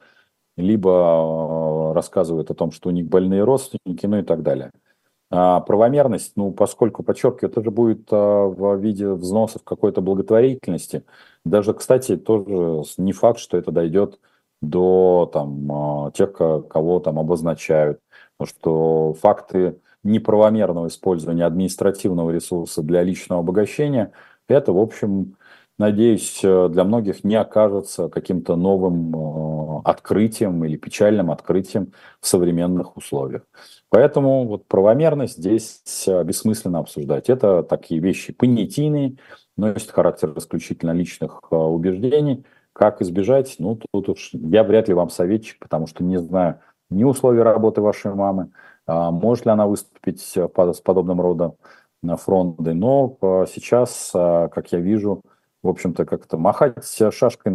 либо рассказывают о том, что у них больные родственники, ну и так далее. Правомерность, ну, поскольку, подчеркиваю, это же будет в виде взносов какой-то благотворительности. Даже, кстати, тоже не факт, что это дойдет до там, тех, кого там обозначают. Потому что факты неправомерного использования административного ресурса для личного обогащения, это, в общем, надеюсь, для многих не окажется каким-то новым открытием или печальным открытием в современных условиях. Поэтому вот правомерность здесь бессмысленно обсуждать. Это такие вещи понятийные, носят характер исключительно личных убеждений. Как избежать? Ну, тут уж я вряд ли вам советчик, потому что не знаю ни условий работы вашей мамы, может ли она выступить с подобным родом фронты. Но сейчас, как я вижу, в общем-то, как-то махать шашкой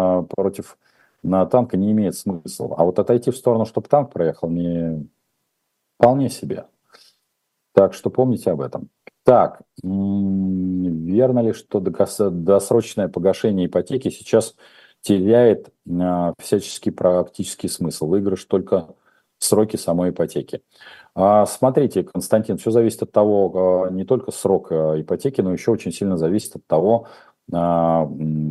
на танка не имеет смысла. А вот отойти в сторону, чтобы танк проехал, не вполне себе. Так что помните об этом. Так, верно ли, что досрочное погашение ипотеки сейчас теряет всяческий практический смысл? Выигрыш только в сроки самой ипотеки. Смотрите, Константин, все зависит от того, не только срок ипотеки, но еще очень сильно зависит от того, на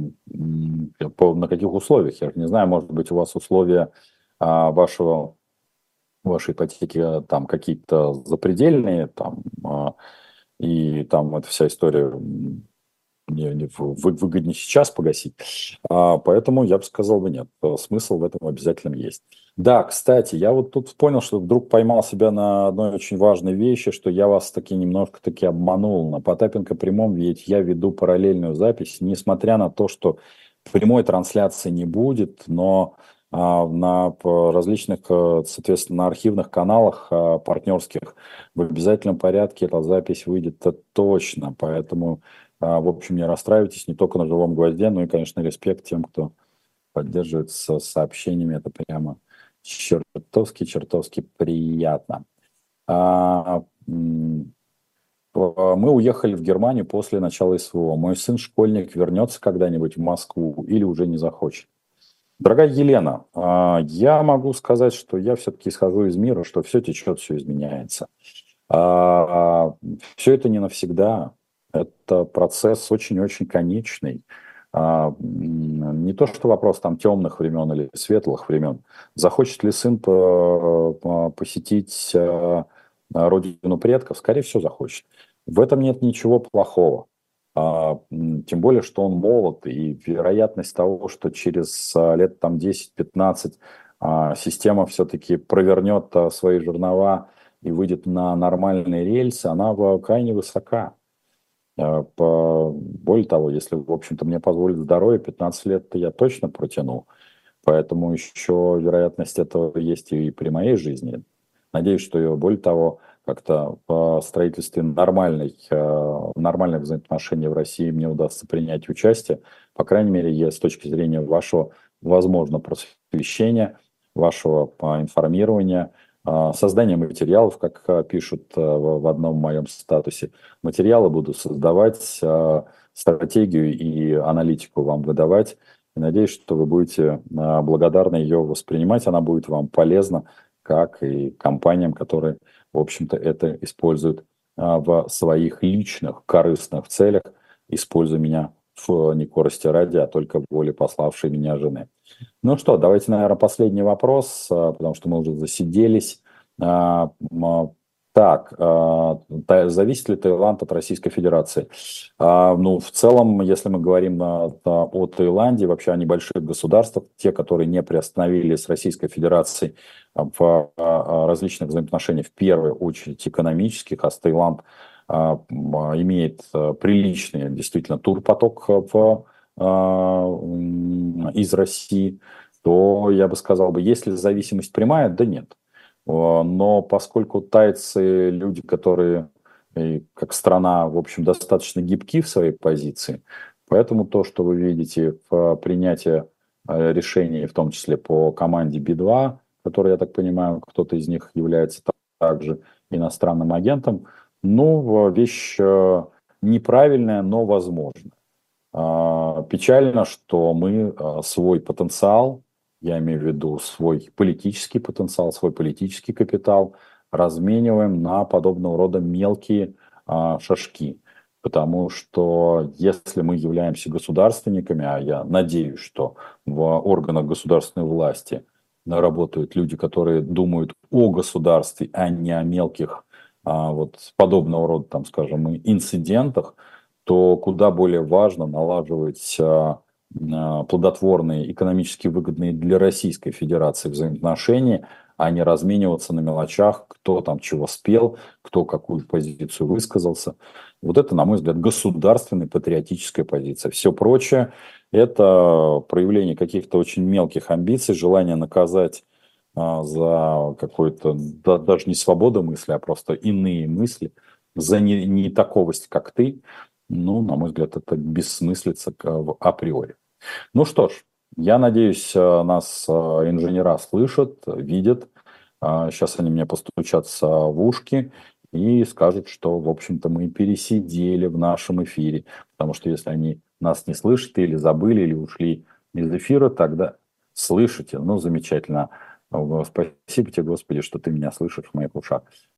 каких условиях. Я не знаю, может быть, у вас условия вашей ипотеки там какие-то запредельные, там, и там эта вся история выгоднее сейчас погасить. Поэтому я бы сказал бы нет, смысл в этом обязательно есть. Да, кстати, я вот тут понял, что вдруг поймал себя на одной очень важной вещи, что я вас таки немножко обманул. На Потапенко прямом ведь я веду параллельную запись, несмотря на то, что прямой трансляции не будет, но различных, соответственно, на архивных каналах партнерских в обязательном порядке эта запись выйдет точно. Поэтому, в общем, не расстраивайтесь не только на живом гвозде, но и, конечно, респект тем, кто поддерживает с сообщениями. Это прямо чертовски приятно. Мы уехали в Германию после начала СВО. Мой сын-школьник вернется когда-нибудь в Москву или уже не захочет? Дорогая Елена, я могу сказать, что я все-таки исхожу из мира, что все течет, все изменяется. Все это не навсегда. Это процесс очень-очень конечный. Не то, что вопрос там темных времен или светлых времен. Захочет ли сын посетить родину предков? Скорее всего, захочет. В этом нет ничего плохого. Тем более, что он молод, и вероятность того, что через лет там 10-15 система все-таки провернет свои жернова и выйдет на нормальные рельсы, она крайне высока. Более того, если, в общем-то, мне позволит здоровье, 15 лет я точно протяну. Поэтому еще вероятность этого есть и при моей жизни. Надеюсь, что ее, более того, как-то в строительстве нормальных взаимоотношений в России мне удастся принять участие. По крайней мере, я с точки зрения вашего, возможно, просвещения, вашего информирования, создание материалов, как пишут в одном моем статусе. Материалы буду создавать, стратегию и аналитику вам выдавать. И надеюсь, что вы будете благодарны ее воспринимать. Она будет вам полезна, как и компаниям, которые, в общем-то, это используют в своих личных корыстных целях, используя меня не корости ради, а только в воле пославшей меня жены. Ну что, давайте, наверное, последний вопрос, потому что мы уже засиделись. Так, зависит ли Таиланд от Российской Федерации? Ну, в целом, если мы говорим о Таиланде, вообще о небольших государствах, те, которые не приостановили с Российской Федерацией в различных взаимоотношениях, в первую очередь экономических, а Таиланд имеет приличный действительно турпоток из России, то я бы сказал, есть ли зависимость прямая? Да нет. Но поскольку тайцы люди, которые как страна, в общем, достаточно гибки в своей позиции, поэтому то, что вы видите в принятии решений, в том числе по команде Би-2, который, я так понимаю, кто-то из них является также иностранным агентом, ну, вещь неправильная, но возможная. Печально, что мы свой потенциал, я имею в виду свой политический потенциал, свой политический капитал, размениваем на подобного рода мелкие шажки. Потому что если мы являемся государственниками, а я надеюсь, что в органах государственной власти работают люди, которые думают о государстве, а не о мелких вот подобного рода, там, скажем, инцидентах, то куда более важно налаживать плодотворные, экономически выгодные для Российской Федерации взаимоотношения, а не размениваться на мелочах, кто там чего спел, кто какую позицию высказался. Вот это, на мой взгляд, государственная патриотическая позиция. Все прочее – это проявление каких-то очень мелких амбиций, желание наказать за какую-то, даже не свободу мысли, а просто иные мысли, за не таковость, как ты. Ну, на мой взгляд, это бессмыслица априори. Ну что ж, я надеюсь, нас инженера слышат, видят. Сейчас они мне постучатся в ушки и скажут, что, в общем-то, мы пересидели в нашем эфире. Потому что если они нас не слышат или забыли, или ушли из эфира, тогда слышите. Ну, замечательно. Спасибо тебе, Господи, что ты меня слышишь в моих ушах.